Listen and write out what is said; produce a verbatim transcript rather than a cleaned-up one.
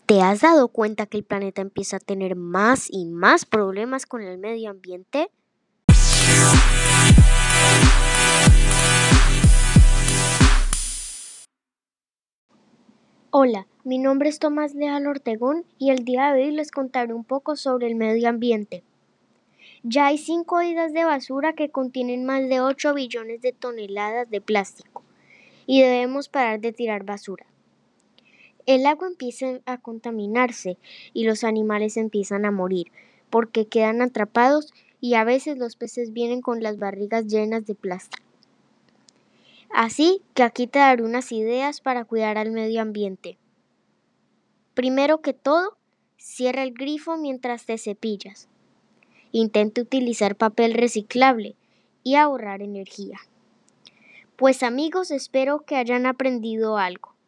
¿Te has dado cuenta que el planeta empieza a tener más y más problemas con el medio ambiente? Hola, mi nombre es Tomás Leal Ortegón y el día de hoy les contaré un poco sobre el medio ambiente. Ya hay cinco islas de basura que contienen más de ocho billones de toneladas de plástico y debemos parar de tirar basura. El agua empieza a contaminarse y los animales empiezan a morir porque quedan atrapados y a veces los peces vienen con las barrigas llenas de plástico. Así que aquí te daré unas ideas para cuidar al medio ambiente. Primero que todo, cierra el grifo mientras te cepillas. Intenta utilizar papel reciclable y ahorrar energía. Pues amigos, espero que hayan aprendido algo.